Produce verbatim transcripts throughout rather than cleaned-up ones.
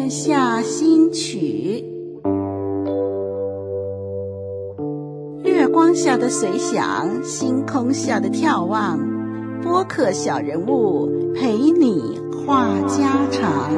月下新曲。月光下的随想，星空下的眺望，播客小人物陪你话家常。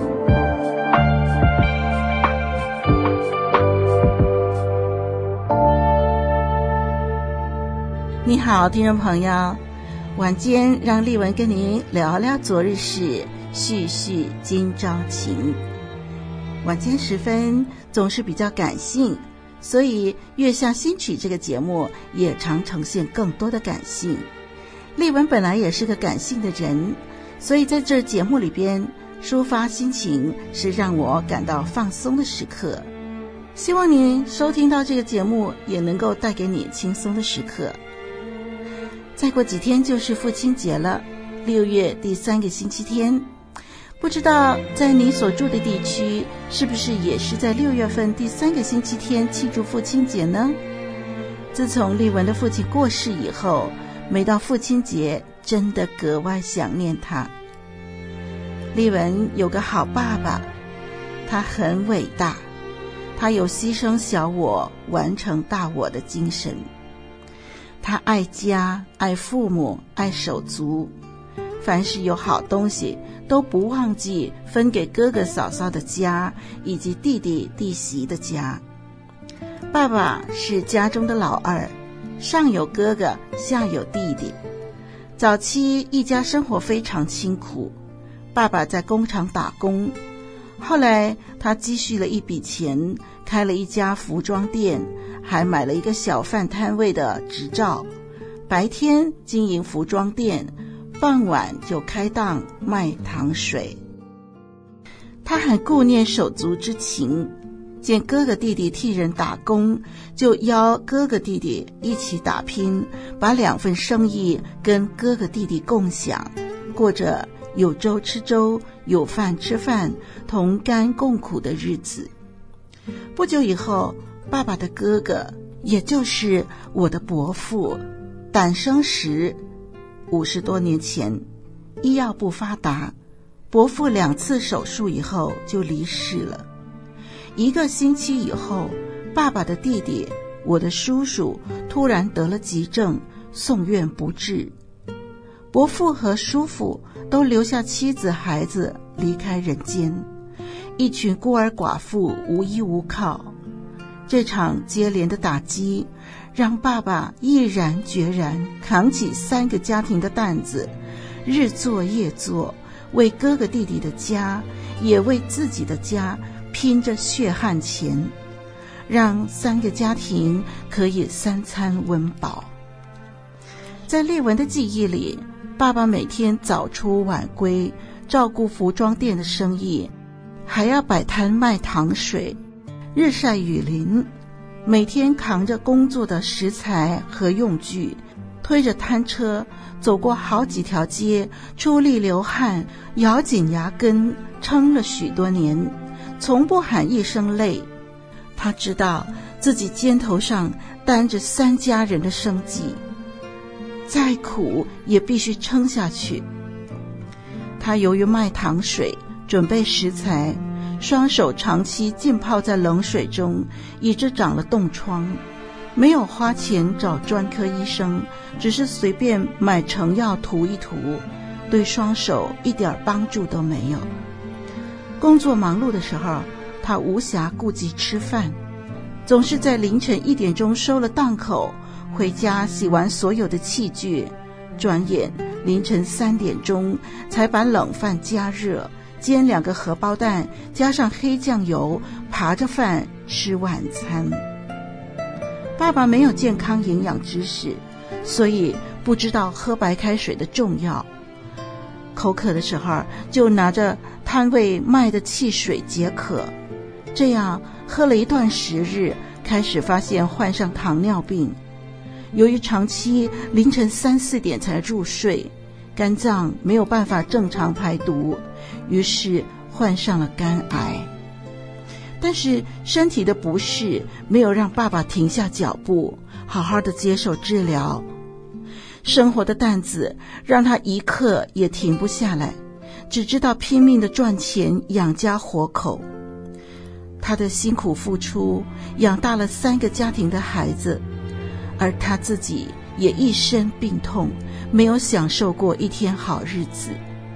你好，听众朋友，晚间让丽文跟您聊聊昨日事，叙叙今朝情。晚间时分总是比较感性，所以月下新曲这个节目也常呈现更多的感性。丽文本来也是个感性的人，所以在这节目里边抒发心情是让我感到放松的时刻。希望您收听到这个节目也能够带给你轻松的时刻。再过几天就是父亲节了，六月第三个星期天，不知道在你所住的地区是不是也是在六月份第三个星期天庆祝父亲节呢？自从丽文的父亲过世以后，每到父亲节真的格外想念他。丽文有个好爸爸，他很伟大，他有牺牲小我完成大我的精神。他爱家，爱父母，爱手足，凡是有好东西都不忘记分给哥哥嫂嫂的家以及弟弟弟媳的家。爸爸是家中的老二，上有哥哥，下有弟弟。早期一家生活非常辛苦，爸爸在工厂打工，后来他积蓄了一笔钱，开了一家服装店，还买了一个小贩摊位的执照，白天经营服装店，傍晚就开档卖糖水。他很顾念手足之情，见哥哥弟弟替人打工，就邀哥哥弟弟一起打拼，把两份生意跟哥哥弟弟共享，过着有粥吃粥，有饭吃饭，同甘共苦的日子。不久以后，爸爸的哥哥，也就是我的伯父，诞生时五十多年前，医药不发达，伯父两次手术以后就离世了。一个星期以后，爸爸的弟弟，我的叔叔，突然得了急症，送院不治。伯父和叔父都留下妻子孩子离开人间，一群孤儿寡妇无依无靠。这场接连的打击让爸爸毅然决然扛起三个家庭的担子，日做夜做，为哥哥弟弟的家，也为自己的家拼着血汗钱，让三个家庭可以三餐温饱。在丽文的记忆里，爸爸每天早出晚归，照顾服装店的生意，还要摆摊卖糖水，日晒雨淋，每天扛着工作的食材和用具，推着摊车走过好几条街，出力流汗，咬紧牙根，撑了许多年，从不喊一声累。他知道自己肩头上担着三家人的生计，再苦也必须撑下去。他由于卖糖水，准备食材，双手长期浸泡在冷水中，以致长了冻疮，没有花钱找专科医生，只是随便买成药涂一涂，对双手一点帮助都没有。工作忙碌的时候，他无暇顾及吃饭，总是在凌晨一点钟收了档口，回家洗完所有的器具，转眼凌晨三点钟才把冷饭加热，煎两个荷包蛋，加上黑酱油，扒着饭吃晚餐。爸爸没有健康营养知识，所以不知道喝白开水的重要。口渴的时候，就拿着摊位卖的汽水解渴。这样喝了一段时日，开始发现患上糖尿病。由于长期凌晨三四点才入睡，肝脏没有办法正常排毒，于是患上了肝癌。但是身体的不适没有让爸爸停下脚步，好好的接受治疗。生活的担子让他一刻也停不下来， 只知道拼命的赚钱养家活口。他的辛苦付出养大了三个家庭的孩子，而他自己也一身病痛，没有享受过一天好日子。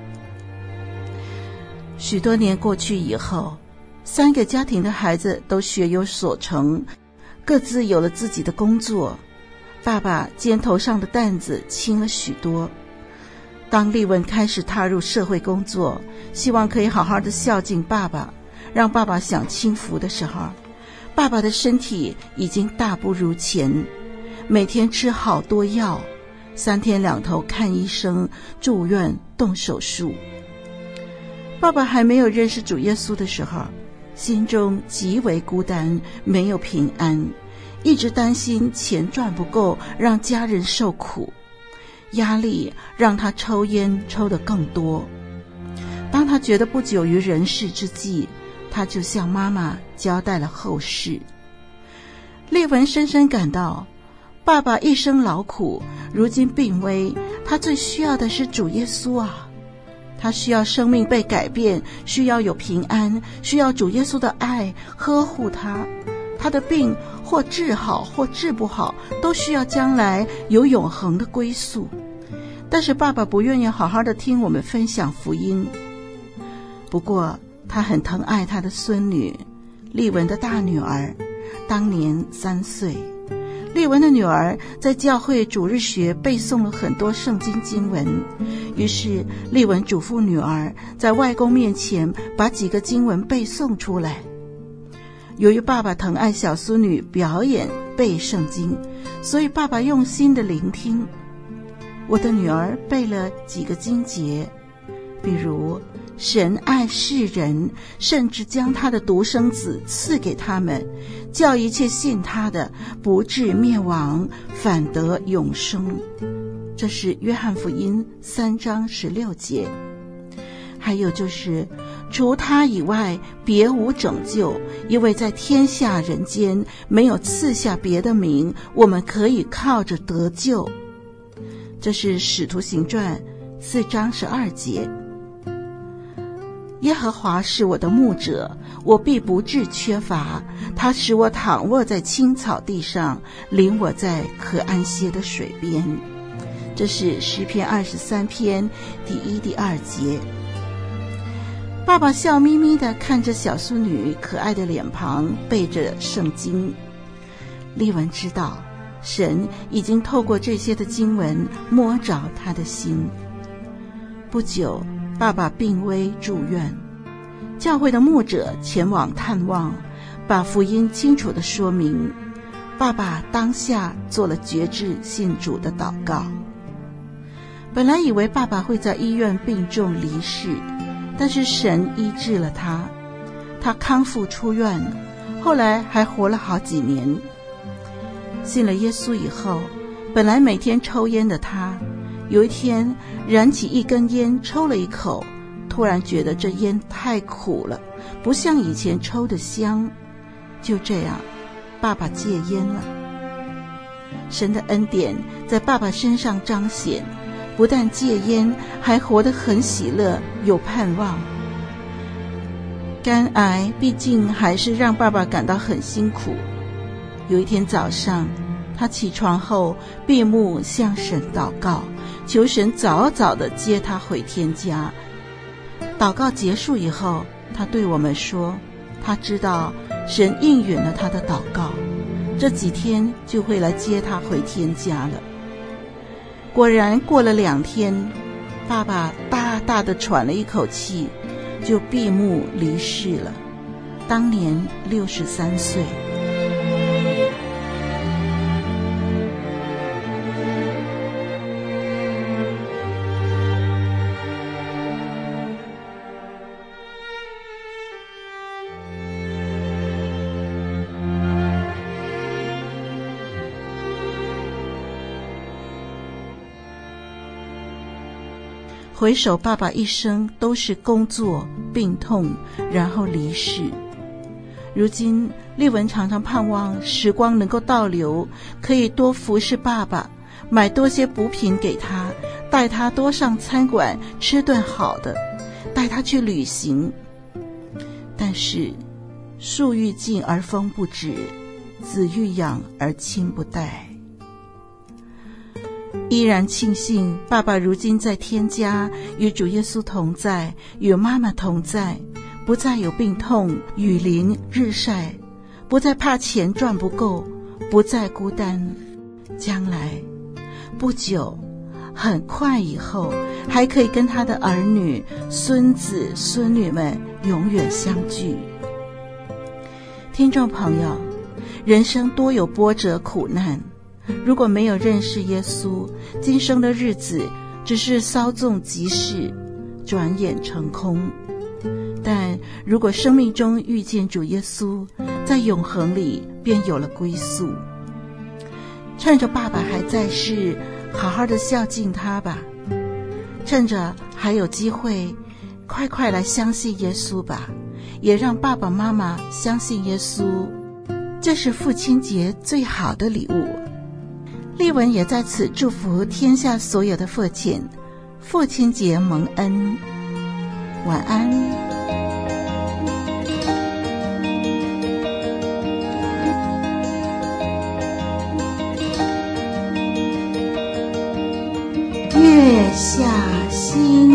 许多年过去以后，三个家庭的孩子都学有所成，各自有了自己的工作，爸爸肩头上的担子轻了许多。当丽文开始踏入社会工作，希望可以好好的孝敬爸爸，让爸爸享清福的时候，爸爸的身体已经大不如前，每天吃好多药，三天两头看医生，住院动手术。爸爸还没有认识主耶稣的时候，心中极为孤单，没有平安，一直担心钱赚不够，让家人受苦，压力让他抽烟抽得更多。当他觉得不久于人世之际，他就向妈妈交代了后事。丽文深深感到，爸爸一生劳苦，如今病危，他最需要的是主耶稣啊！他需要生命被改变，需要有平安，需要主耶稣的爱呵护他。他的病或治好或治不好，都需要将来有永恒的归宿。但是爸爸不愿意好好的听我们分享福音。不过他很疼爱他的孙女丽文的大女儿，当年三岁。丽文的女儿在教会主日学背诵了很多圣经经文，于是丽文嘱咐女儿在外公面前把几个经文背诵出来。由于爸爸疼爱小孙女表演背圣经，所以爸爸用心的聆听。我的女儿背了几个经节，比如神爱世人，甚至将他的独生子赐给他们，叫一切信他的不至灭亡，反得永生。这是约翰福音三章十六节。还有就是除他以外别无拯救，因为在天下人间没有赐下别的名，我们可以靠着得救。这是使徒行传四章十二节。耶和华是我的牧者，我必不致缺乏。他使我躺卧在青草地上，领我在可安歇的水边。这是诗篇二十三篇第一、第二节。爸爸笑眯眯地看着小孙女可爱的脸庞，背着圣经。丽文知道，神已经透过这些的经文摸着他的心。不久，爸爸病危住院，教会的牧者前往探望，把福音清楚地说明。爸爸当下做了决志信主的祷告。本来以为爸爸会在医院病重离世，但是神医治了他，他康复出院，后来还活了好几年。信了耶稣以后，本来每天抽烟的他，有一天燃起一根烟，抽了一口，突然觉得这烟太苦了，不像以前抽的香。就这样，爸爸戒烟了。神的恩典在爸爸身上彰显，不但戒烟，还活得很喜乐，有盼望。肝癌毕竟还是让爸爸感到很辛苦。有一天早上，他起床后闭目向神祷告，求神早早地接他回天家。祷告结束以后，他对我们说，他知道神应允了他的祷告，这几天就会来接他回天家了。果然过了两天，爸爸大大地喘了一口气，就闭目离世了，当年六十三岁。回首爸爸一生都是工作、病痛，然后离世。如今丽文常常盼望时光能够倒流，可以多服侍爸爸，买多些补品给他，带他多上餐馆吃顿好的， 带他去旅行。但是树欲静而风不止，子欲养而亲不待。依然庆幸爸爸如今在天家，与主耶稣同在，与妈妈同在，不再有病痛、雨淋、日晒，不再怕钱赚不够，不再孤单。将来不久，很快以后，还可以跟他的儿女、孙子、孙女们永远相聚。听众朋友，人生多有波折苦难，如果没有认识耶稣，今生的日子只是稍纵即逝，转眼成空。但如果生命中遇见主耶稣，在永恒里便有了归宿。趁着爸爸还在世，好好的孝敬他吧。趁着还有机会，快快来相信耶稣吧，也让爸爸妈妈相信耶稣。这是父亲节最好的礼物。丽文也在此祝福天下所有的父亲，父亲节蒙恩。晚安。月下星